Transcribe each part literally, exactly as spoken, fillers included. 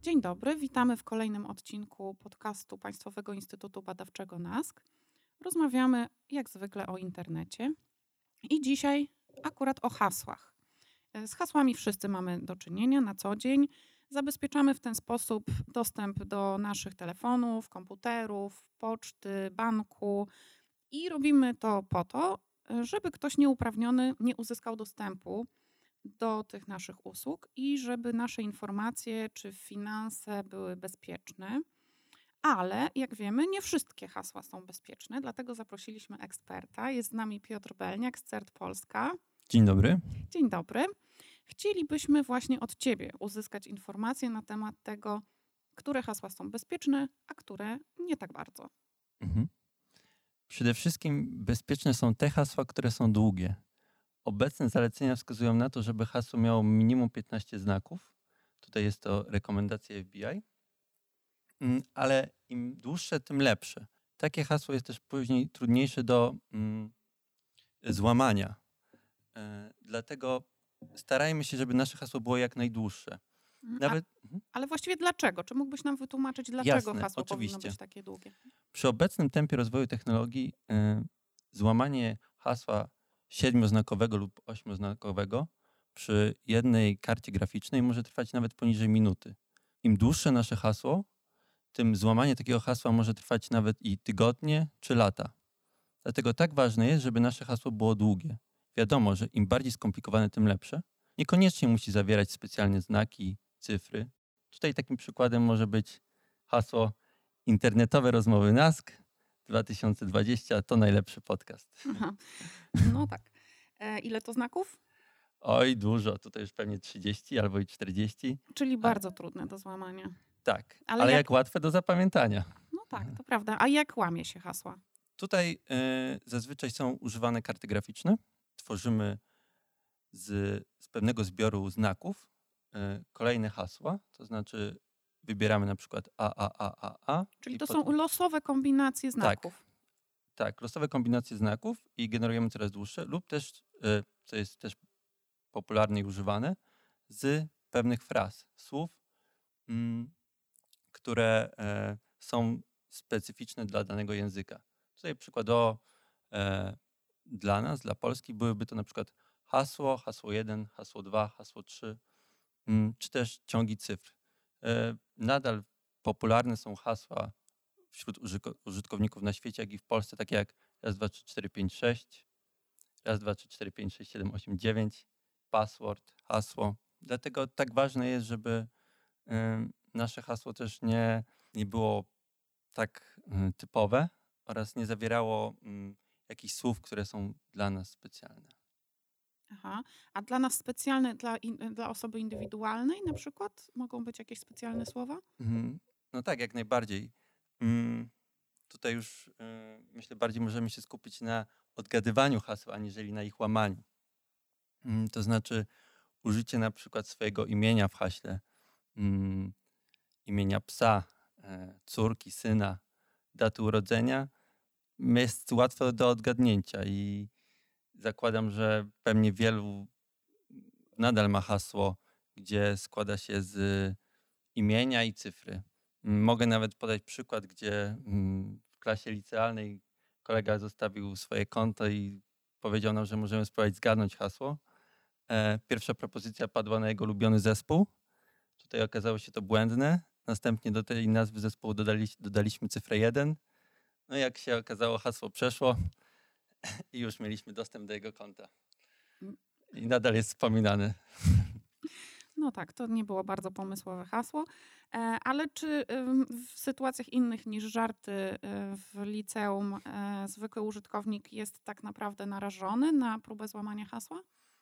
Dzień dobry, witamy w kolejnym odcinku podcastu Państwowego Instytutu Badawczego NASK. Rozmawiamy jak zwykle o internecie i dzisiaj akurat o hasłach. Z hasłami wszyscy mamy do czynienia na co dzień. Zabezpieczamy w ten sposób dostęp do naszych telefonów, komputerów, poczty, banku i robimy to po to, żeby ktoś nieuprawniony nie uzyskał dostępu do tych naszych usług i żeby nasze informacje czy finanse były bezpieczne. Ale jak wiemy, nie wszystkie hasła są bezpieczne, dlatego zaprosiliśmy eksperta. Jest z nami Piotr Belniak z CERT Polska. Dzień dobry. Dzień dobry. Chcielibyśmy właśnie od Ciebie uzyskać informacje na temat tego, które hasła są bezpieczne, a które nie tak bardzo. Mhm. Przede wszystkim bezpieczne są te hasła, które są długie. Obecne zalecenia wskazują na to, żeby hasło miało minimum piętnaście znaków. Tutaj jest to rekomendacja F B I. Ale im dłuższe, tym lepsze. Takie hasło jest też później trudniejsze do mm, złamania. E, dlatego starajmy się, żeby nasze hasło było jak najdłuższe. Nawet, A, ale właściwie dlaczego? Czy mógłbyś nam wytłumaczyć, dlaczego Jasne, hasło oczywiście. powinno być takie długie? Przy obecnym tempie rozwoju technologii y, złamanie hasła siedmioznakowego lub ośmioznakowego przy jednej karcie graficznej może trwać nawet poniżej minuty. Im dłuższe nasze hasło, tym złamanie takiego hasła może trwać nawet i tygodnie czy lata. Dlatego tak ważne jest, żeby nasze hasło było długie. Wiadomo, że im bardziej skomplikowane, tym lepsze. Niekoniecznie musi zawierać specjalne znaki, cyfry. Tutaj takim przykładem może być hasło Internetowe rozmowy NASK dwa tysiące dwadzieścia to najlepszy podcast. Aha. No tak. E, ile to znaków? Oj, dużo. Tutaj już pewnie trzydzieści albo i czterdzieści. Czyli bardzo A... trudne do złamania. Tak, ale, ale jak... jak łatwe do zapamiętania. No tak, to prawda. A jak łamie się hasła? Tutaj y, zazwyczaj są używane karty graficzne. Tworzymy z, z pewnego zbioru znaków y, kolejne hasła, to znaczy wybieramy na przykład A, A, A, A, A. Czyli to potem... są losowe kombinacje znaków. Tak, tak, losowe kombinacje znaków i generujemy coraz dłuższe lub też, y, co jest też popularnie używane, z pewnych fraz, słów, mm, które e, są specyficzne dla danego języka. Tutaj przykładowo e, dla nas, dla Polski byłyby to na przykład hasło, hasło jeden, hasło dwa, hasło trzy, mm, czy też ciągi cyfr. E, nadal popularne są hasła wśród użytkowników na świecie, jak i w Polsce, takie jak raz, dwa, trzy, cztery, pięć, sześć, raz, dwa, trzy, cztery, pięć, sześć, siedem, osiem, dziewięć, password, hasło. Dlatego tak ważne jest, żeby y, nasze hasło też nie, nie było tak y, typowe oraz nie zawierało y, jakichś słów, które są dla nas specjalne. Aha. A dla nas specjalne, dla, in, dla osoby indywidualnej na przykład mogą być jakieś specjalne słowa? Y, no tak, jak najbardziej. Y, tutaj już y, myślę, bardziej możemy się skupić na odgadywaniu haseł, aniżeli na ich łamaniu. Y, to znaczy użycie na przykład swojego imienia w haśle, mm, imienia psa, e, córki, syna, daty urodzenia jest łatwe do odgadnięcia i zakładam, że pewnie wielu nadal ma hasło, gdzie składa się z imienia i cyfry. Mogę nawet podać przykład, gdzie mm, w klasie licealnej kolega zostawił swoje konto i powiedział nam, że możemy spróbować zgadnąć hasło. Pierwsza propozycja padła na jego ulubiony zespół. Tutaj okazało się to błędne. Następnie do tej nazwy zespołu dodali, dodaliśmy cyfrę jeden. No i jak się okazało, hasło przeszło i już mieliśmy dostęp do jego konta. I nadal jest wspominany. No tak, to nie było bardzo pomysłowe hasło. Ale czy w sytuacjach innych niż żarty w liceum zwykły użytkownik jest tak naprawdę narażony na próbę złamania hasła?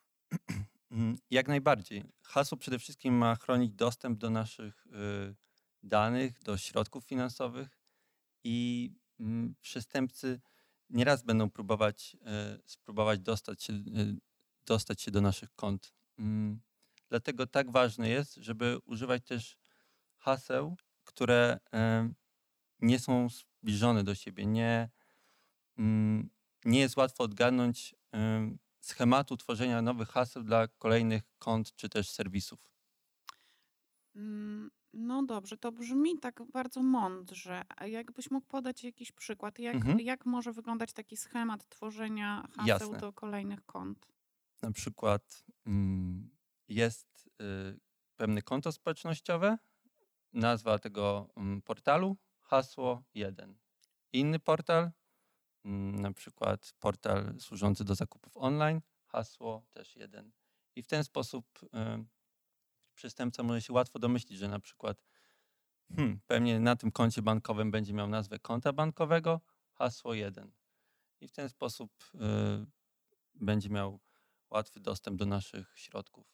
Jak najbardziej. Hasło przede wszystkim ma chronić dostęp do naszych y, danych, do środków finansowych i y, przestępcy nieraz będą próbować, y, spróbować dostać się, y, dostać się do naszych kont. Y, dlatego tak ważne jest, żeby używać też haseł, które y, nie są zbliżone do siebie. Nie, y, nie jest łatwo odgadnąć y, schematu tworzenia nowych haseł dla kolejnych kont czy też serwisów. No dobrze, to brzmi tak bardzo mądrze. A jakbyś mógł podać jakiś przykład, jak, Mhm. jak może wyglądać taki schemat tworzenia haseł Jasne. do kolejnych kont? Na przykład mm, jest y, pewne konto społecznościowe, nazwa tego mm, portalu, hasło jeden. Inny portal, mm, na przykład portal służący do zakupów online, hasło też jeden. I w ten sposób y, przestępca może się łatwo domyślić, że na przykład hmm, pewnie na tym koncie bankowym będzie miał nazwę konta bankowego, hasło jeden. I w ten sposób y, będzie miał łatwy dostęp do naszych środków.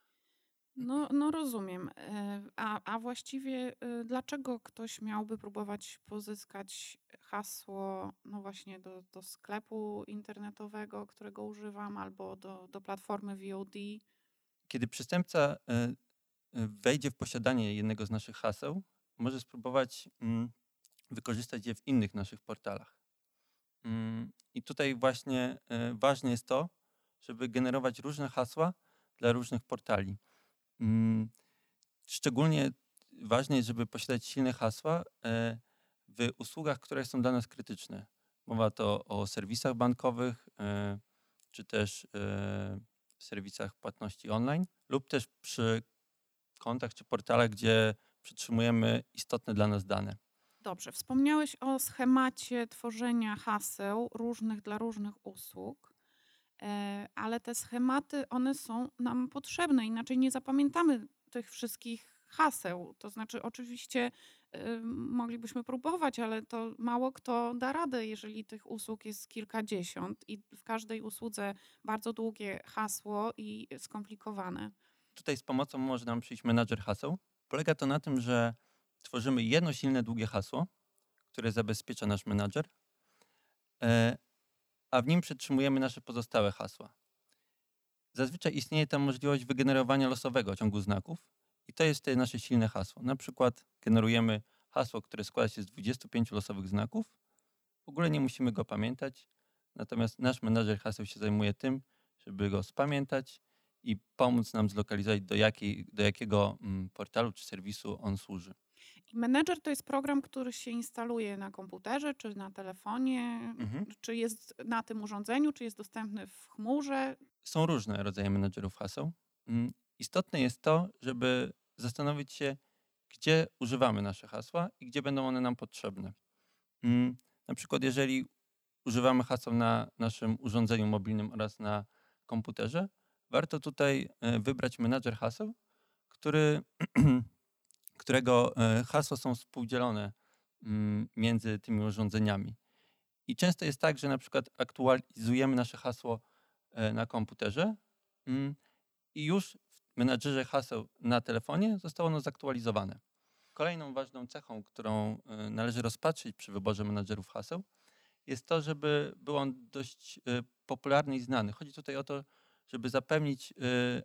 No, no rozumiem. E, A, a właściwie e, dlaczego ktoś miałby próbować pozyskać hasło, no właśnie do, do sklepu internetowego, którego używam, albo do, do platformy V O D? Kiedy przestępca y, y, wejdzie w posiadanie jednego z naszych haseł, może spróbować mm, wykorzystać je w innych naszych portalach. Mm, I tutaj właśnie y, ważne jest to, żeby generować różne hasła dla różnych portali. Mm, Szczególnie ważne jest, żeby posiadać silne hasła e, w usługach, które są dla nas krytyczne. Mowa to o serwisach bankowych, e, czy też e, serwisach płatności online, lub też przy kontach czy portalach, gdzie przytrzymujemy istotne dla nas dane. Dobrze, wspomniałeś o schemacie tworzenia haseł różnych dla różnych usług, e, ale te schematy, one są nam potrzebne, inaczej nie zapamiętamy tych wszystkich haseł. To znaczy, oczywiście y, moglibyśmy próbować, ale to mało kto da radę, jeżeli tych usług jest kilkadziesiąt i w każdej usłudze bardzo długie hasło i skomplikowane. Tutaj z pomocą może nam przyjść menadżer haseł. Polega to na tym, że tworzymy jedno silne, długie hasło, które zabezpiecza nasz menadżer, e, a w nim przetrzymujemy nasze pozostałe hasła. Zazwyczaj istnieje tam możliwość wygenerowania losowego ciągu znaków i to jest wtedy nasze silne hasło. Na przykład generujemy hasło, które składa się z dwudziestu pięciu losowych znaków. W ogóle nie musimy go pamiętać, natomiast nasz menadżer haseł się zajmuje tym, żeby go spamiętać i pomóc nam zlokalizować, do, jakiej, do jakiego mm, portalu czy serwisu on służy. I menedżer to jest program, który się instaluje na komputerze czy na telefonie, Mhm. czy jest na tym urządzeniu, czy jest dostępny w chmurze. Są różne rodzaje menadżerów haseł. Mm, Istotne jest to, żeby zastanowić się, gdzie używamy nasze hasła i gdzie będą one nam potrzebne. Mm, Na przykład, jeżeli używamy haseł na naszym urządzeniu mobilnym oraz na komputerze, warto tutaj e, wybrać menadżer haseł, który, którego e, hasła są współdzielone mm, między tymi urządzeniami. I często jest tak, że na przykład aktualizujemy nasze hasło e, na komputerze mm, i już w menadżerze haseł na telefonie zostało ono zaktualizowane. Kolejną ważną cechą, którą e, należy rozpatrzyć przy wyborze menadżerów haseł, jest to, żeby był on dość y, popularny i znany. Chodzi tutaj o to, żeby zapewnić y,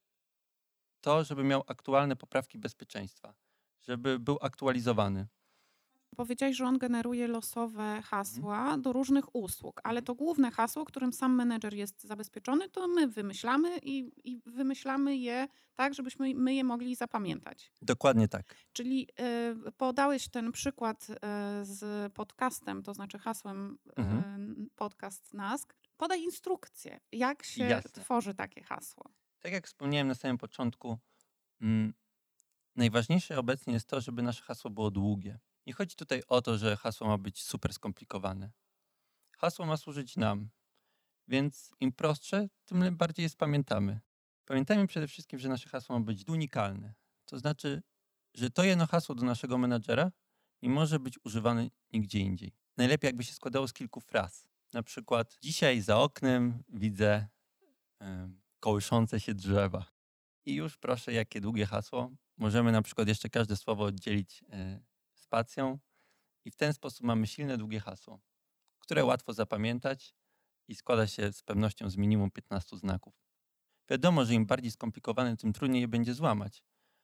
to, żeby miał aktualne poprawki bezpieczeństwa, żeby był aktualizowany. Powiedziałeś, że on generuje losowe hasła Mhm. do różnych usług, ale to główne hasło, którym sam menedżer jest zabezpieczony, to my wymyślamy i, i wymyślamy je tak, żebyśmy my je mogli zapamiętać. Dokładnie tak. Czyli y, podałeś ten przykład y, z podcastem, to znaczy hasłem Mhm. y, podcast Nask. Podaj instrukcję, jak się Jasne. tworzy takie hasło. Tak jak wspomniałem na samym początku, mm, najważniejsze obecnie jest to, żeby nasze hasło było długie. Nie chodzi tutaj o to, że hasło ma być super skomplikowane. Hasło ma służyć nam, więc im prostsze, tym bardziej je spamiętamy. Pamiętajmy przede wszystkim, że nasze hasło ma być unikalne. To znaczy, że to jedno hasło do naszego menadżera nie może być używane nigdzie indziej. Najlepiej jakby się składało z kilku fraz. Na przykład dzisiaj za oknem widzę y, kołyszące się drzewa. I już proszę, jakie długie hasło. Możemy na przykład jeszcze każde słowo oddzielić y, spacją i w ten sposób mamy silne, długie hasło, które łatwo zapamiętać i składa się z pewnością z minimum piętnastu znaków. Wiadomo, że im bardziej skomplikowane, tym trudniej je będzie złamać.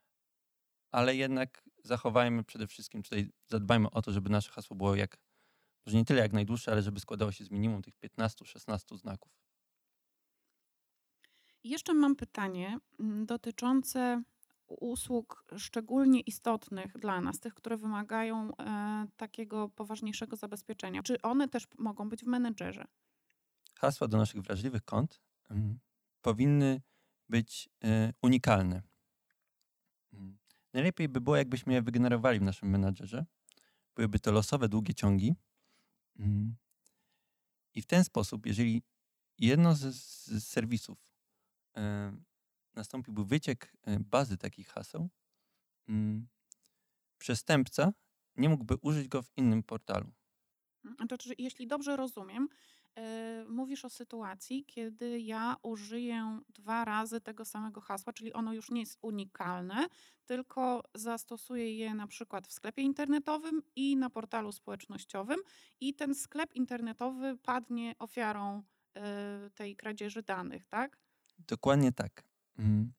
Ale jednak zachowajmy przede wszystkim, tutaj zadbajmy o to, żeby nasze hasło było jak, może nie tyle jak najdłuższe, ale żeby składało się z minimum tych piętnastu szesnastu znaków. I jeszcze mam pytanie mm, dotyczące usług szczególnie istotnych dla nas, tych, które wymagają e, takiego poważniejszego zabezpieczenia, czy one też mogą być w menedżerze? Hasła do naszych wrażliwych kont mm, powinny być y, unikalne. Mm. Najlepiej by było, jakbyśmy je wygenerowali w naszym menadżerze. Byłyby to losowe, długie ciągi. Mm. I w ten sposób, jeżeli jedno z, z serwisów y, nastąpiłby wyciek y, bazy takich haseł, y, przestępca nie mógłby użyć go w innym portalu. To, czy, jeśli dobrze rozumiem, yy, mówisz o sytuacji, kiedy ja użyję dwa razy tego samego hasła, czyli ono już nie jest unikalne, tylko zastosuję je na przykład w sklepie internetowym i na portalu społecznościowym i ten sklep internetowy padnie ofiarą yy, tej kradzieży danych, tak? Dokładnie tak. Mm.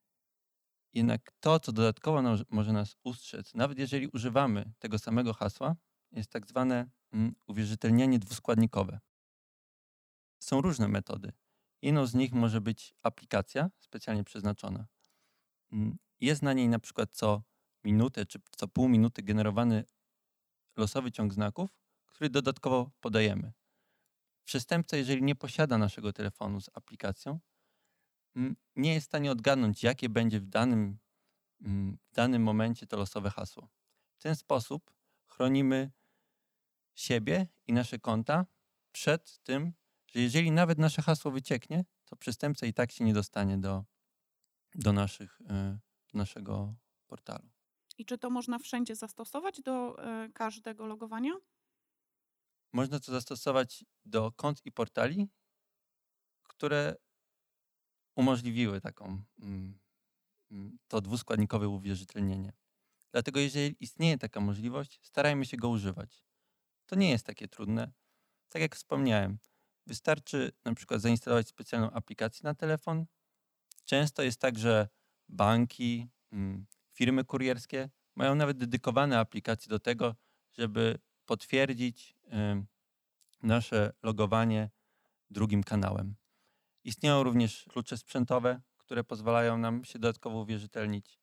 Jednak to, co dodatkowo no, może nas ustrzec, nawet jeżeli używamy tego samego hasła, jest tak zwane mm, uwierzytelnianie dwuskładnikowe. Są różne metody. Jedną z nich może być aplikacja specjalnie przeznaczona. Mm, jest na niej na przykład co minutę czy co pół minuty generowany losowy ciąg znaków, który dodatkowo podajemy. Przestępca, jeżeli nie posiada naszego telefonu z aplikacją, mm, nie jest w stanie odgadnąć, jakie będzie w danym, mm, w danym momencie to losowe hasło. W ten sposób chronimy siebie i nasze konta przed tym, że jeżeli nawet nasze hasło wycieknie, to przestępca i tak się nie dostanie do, do, naszych, y, do naszego portalu. I czy to można wszędzie zastosować do y, każdego logowania? Można to zastosować do kont i portali, które umożliwiły taką, mm, mm, to dwuskładnikowe uwierzytelnienie. Dlatego jeżeli istnieje taka możliwość, starajmy się go używać. To nie jest takie trudne. Tak jak wspomniałem, wystarczy na przykład zainstalować specjalną aplikację na telefon. Często jest tak, że banki, mm, firmy kurierskie mają nawet dedykowane aplikacje do tego, żeby potwierdzić y, nasze logowanie drugim kanałem. Istnieją również klucze sprzętowe, które pozwalają nam się dodatkowo uwierzytelnić.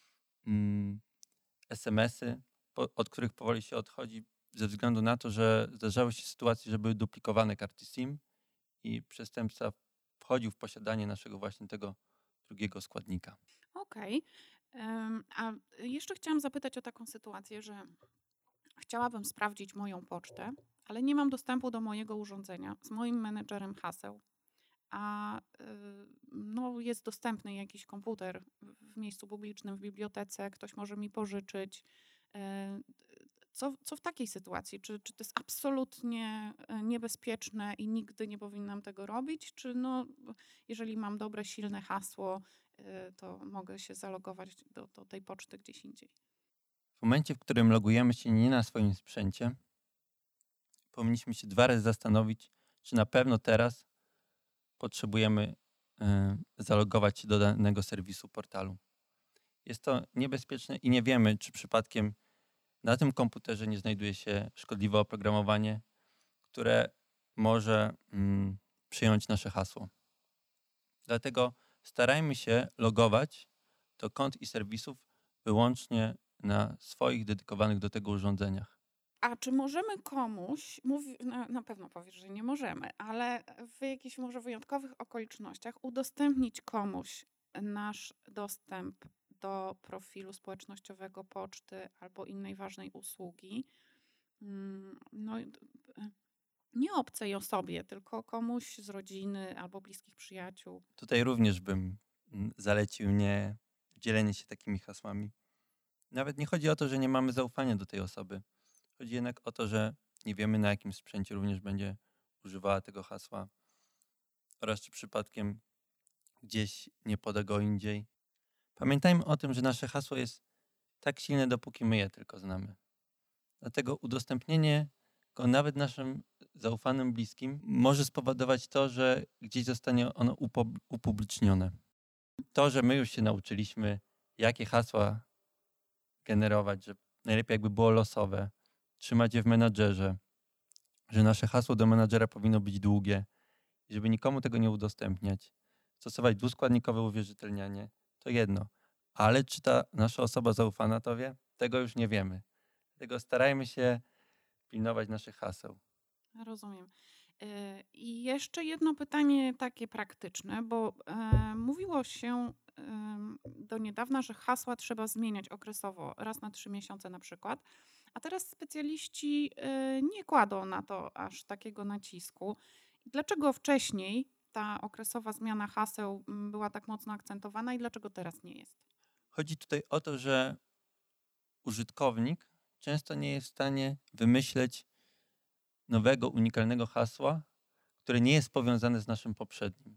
Mm, es em esy, po, od których powoli się odchodzi ze względu na to, że zdarzały się sytuacje, że były duplikowane karty SIM i przestępca wchodził w posiadanie naszego właśnie tego drugiego składnika. Okej. Ym, A jeszcze chciałam zapytać o taką sytuację, że chciałabym sprawdzić moją pocztę, ale nie mam dostępu do mojego urządzenia z moim menedżerem haseł, a y, no, jest dostępny jakiś komputer w miejscu publicznym, w bibliotece, ktoś może mi pożyczyć. Y, Co, co w takiej sytuacji? Czy, czy to jest absolutnie e, niebezpieczne i nigdy nie powinnam tego robić? Czy no, jeżeli mam dobre, silne hasło, y, to mogę się zalogować do, do tej poczty gdzieś indziej? W momencie, w którym logujemy się nie na swoim sprzęcie, powinniśmy się dwa razy zastanowić, czy na pewno teraz potrzebujemy y, zalogować się do danego serwisu portalu. Jest to niebezpieczne i nie wiemy, czy przypadkiem na tym komputerze nie znajduje się szkodliwe oprogramowanie, które może mm, przyjąć nasze hasło. Dlatego starajmy się logować do kont i serwisów wyłącznie na swoich dedykowanych do tego urządzeniach. A czy możemy komuś, mówi, na, na pewno powiesz, że nie możemy, ale w jakichś może wyjątkowych okolicznościach udostępnić komuś nasz dostęp do profilu społecznościowego poczty albo innej ważnej usługi? Mm, No, y, nie obcej osobie, tylko komuś z rodziny albo bliskich przyjaciół. Tutaj również bym mm, zalecił nie dzielenie się takimi hasłami. Nawet nie chodzi o to, że nie mamy zaufania do tej osoby. Chodzi jednak o to, że nie wiemy, na jakim sprzęcie również będzie używała tego hasła oraz czy przypadkiem gdzieś nie poda go indziej. Pamiętajmy o tym, że nasze hasło jest tak silne, dopóki my je tylko znamy. Dlatego udostępnienie go nawet naszym zaufanym bliskim może spowodować to, że gdzieś zostanie ono upo- upublicznione. To, że my już się nauczyliśmy, jakie hasła generować, że najlepiej jakby było losowe, trzymać je w menadżerze, że nasze hasło do menadżera powinno być długie i żeby nikomu tego nie udostępniać, stosować dwuskładnikowe uwierzytelnianie, to jedno. Ale czy ta nasza osoba zaufana to wie? Tego już nie wiemy. Dlatego starajmy się pilnować naszych haseł. Rozumiem. E, I jeszcze jedno pytanie takie praktyczne, bo e, mówiło się em, do niedawna, że hasła trzeba zmieniać okresowo, raz na trzy miesiące na przykład, a teraz specjaliści e, nie kładą na to aż takiego nacisku. Dlaczego wcześniej ta okresowa zmiana haseł m, była tak mocno akcentowana i dlaczego teraz nie jest? Chodzi tutaj o to, że użytkownik często nie jest w stanie wymyśleć nowego, unikalnego hasła, które nie jest powiązane z naszym poprzednim.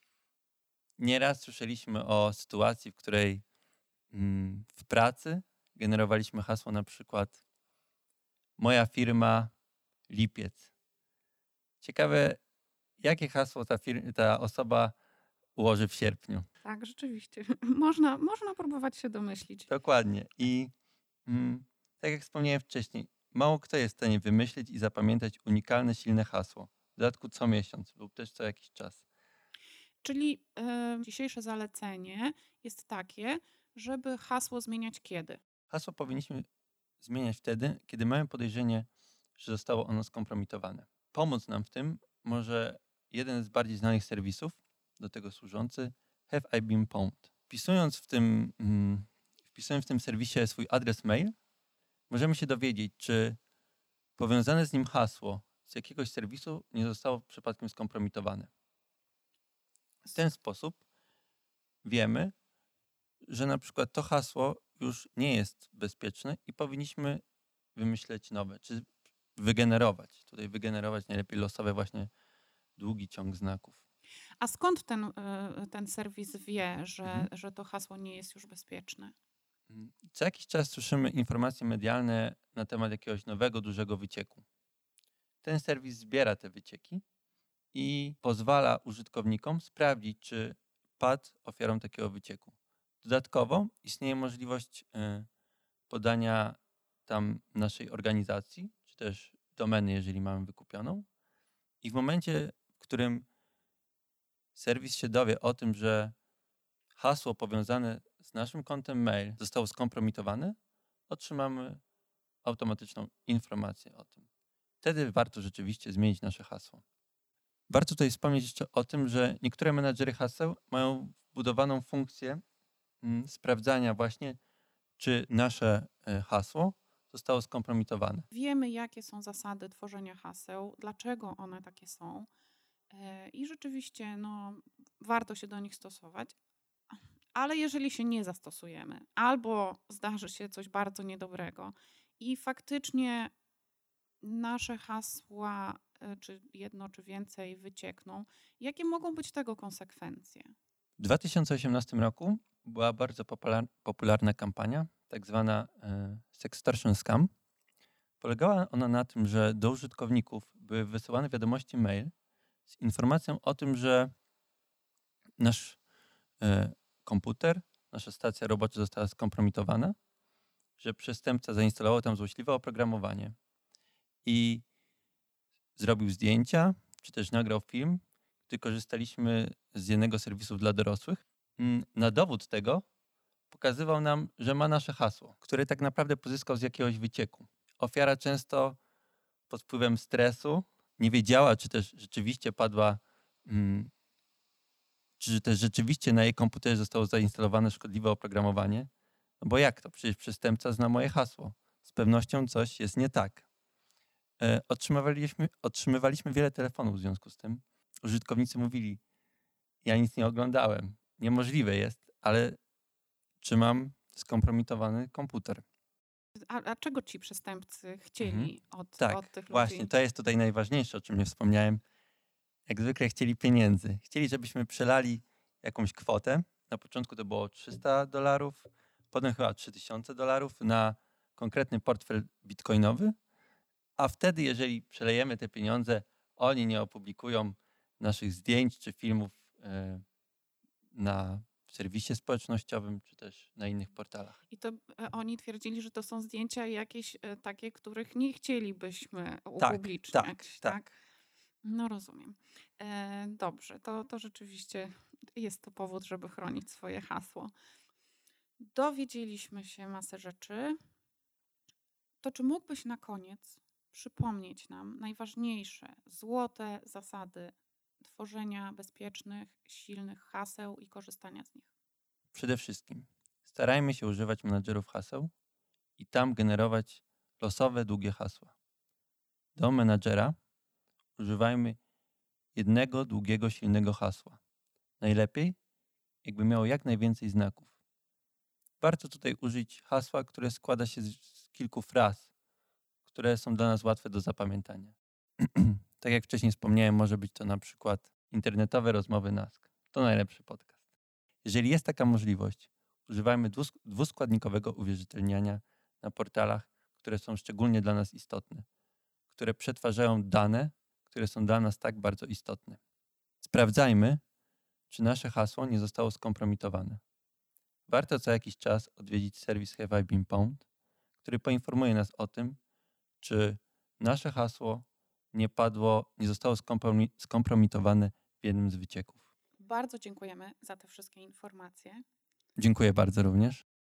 Nieraz słyszeliśmy o sytuacji, w której mm, w pracy generowaliśmy hasło na przykład moja firma lipiec. Ciekawe, jakie hasło ta, fir- ta osoba ułoży w sierpniu. Tak, rzeczywiście. Można, można próbować się domyślić. Dokładnie. I mm, tak jak wspomniałem wcześniej, mało kto jest w stanie wymyślić i zapamiętać unikalne, silne hasło. W dodatku co miesiąc lub też co jakiś czas. Czyli e, dzisiejsze zalecenie jest takie, żeby hasło zmieniać kiedy? Hasło powinniśmy zmieniać wtedy, kiedy mamy podejrzenie, że zostało ono skompromitowane. Pomóc nam w tym może jeden z bardziej znanych serwisów, do tego służący, Have I Been Pwned. Wpisując w tym, mm, wpisując w tym serwisie swój adres mail, możemy się dowiedzieć, czy powiązane z nim hasło z jakiegoś serwisu nie zostało przypadkiem skompromitowane. W ten sposób wiemy, że na przykład to hasło już nie jest bezpieczne i powinniśmy wymyśleć nowe, czy wygenerować. Tutaj wygenerować najlepiej losowe właśnie długi ciąg znaków. A skąd ten, e, ten serwis wie, że, Mhm. że to hasło nie jest już bezpieczne? Co jakiś czas słyszymy informacje medialne na temat jakiegoś nowego, dużego wycieku. Ten serwis zbiera te wycieki i pozwala użytkownikom sprawdzić, czy padł ofiarą takiego wycieku. Dodatkowo istnieje możliwość y, podania tam naszej organizacji, czy też domeny, jeżeli mamy wykupioną. I w momencie, w którym serwis się dowie o tym, że hasło powiązane z naszym kontem mail zostało skompromitowane, otrzymamy automatyczną informację o tym. Wtedy warto rzeczywiście zmienić nasze hasło. Warto tutaj wspomnieć jeszcze o tym, że niektóre menadżery haseł mają wbudowaną funkcję mm, sprawdzania właśnie, czy nasze y, hasło zostało skompromitowane. Wiemy, jakie są zasady tworzenia haseł, dlaczego one takie są e, i rzeczywiście no, warto się do nich stosować. Ale jeżeli się nie zastosujemy, albo zdarzy się coś bardzo niedobrego i faktycznie nasze hasła, e, czy jedno, czy więcej wyciekną, jakie mogą być tego konsekwencje? W dwa tysiące osiemnastym roku była bardzo popular- popularna kampania, tak zwana e, Sextortion Scam. Polegała ona na tym, że do użytkowników były wysyłane wiadomości mail z informacją o tym, że nasz e, komputer, nasza stacja robocza została skompromitowana, że przestępca zainstalował tam złośliwe oprogramowanie i zrobił zdjęcia, czy też nagrał film, gdy korzystaliśmy z jednego z serwisów dla dorosłych. Mm, Na dowód tego pokazywał nam, że ma nasze hasło, które tak naprawdę pozyskał z jakiegoś wycieku. Ofiara często pod wpływem stresu nie wiedziała, czy też rzeczywiście padła, mm, czy też rzeczywiście na jej komputerze zostało zainstalowane szkodliwe oprogramowanie. No bo jak to? Przecież przestępca zna moje hasło. Z pewnością coś jest nie tak. E, otrzymywaliśmy, otrzymywaliśmy wiele telefonów w związku z tym. Użytkownicy mówili, ja nic nie oglądałem. Niemożliwe jest, ale czy mam skompromitowany komputer? A, a czego ci przestępcy chcieli Mhm. od, Tak, od tych ludzi? właśnie, to jest tutaj najważniejsze, o czym nie wspomniałem. Jak zwykle chcieli pieniędzy. Chcieli, żebyśmy przelali jakąś kwotę. Na początku to było trzysta dolarów, potem chyba trzy tysiące dolarów na konkretny portfel bitcoinowy, a wtedy, jeżeli przelejemy te pieniądze, oni nie opublikują naszych zdjęć czy filmów e, na serwisie społecznościowym, czy też na innych portalach. I to e, oni twierdzili, że to są zdjęcia jakieś e, takie, których nie chcielibyśmy Tak, upubliczniać, tak, tak? tak. No rozumiem. E, dobrze, to, to rzeczywiście jest to powód, żeby chronić swoje hasło. Dowiedzieliśmy się masę rzeczy. To czy mógłbyś na koniec przypomnieć nam najważniejsze złote zasady tworzenia bezpiecznych, silnych haseł i korzystania z nich? Przede wszystkim starajmy się używać menadżerów haseł i tam generować losowe, długie hasła. Do menadżera używajmy jednego długiego, silnego hasła. Najlepiej, jakby miało jak najwięcej znaków. Warto tutaj użyć hasła, które składa się z, z kilku fraz, które są dla nas łatwe do zapamiętania. Tak jak wcześniej wspomniałem, może być to na przykład internetowe rozmowy nask. To najlepszy podcast. Jeżeli jest taka możliwość, używajmy dwusk- dwuskładnikowego uwierzytelniania na portalach, które są szczególnie dla nas istotne, które przetwarzają dane, które są dla nas tak bardzo istotne. Sprawdzajmy, czy nasze hasło nie zostało skompromitowane. Warto co jakiś czas odwiedzić serwis Have I Been Pwned, który poinformuje nas o tym, czy nasze hasło nie padło, nie zostało skompromi- skompromitowane w jednym z wycieków. Bardzo dziękujemy za te wszystkie informacje. Dziękuję bardzo również.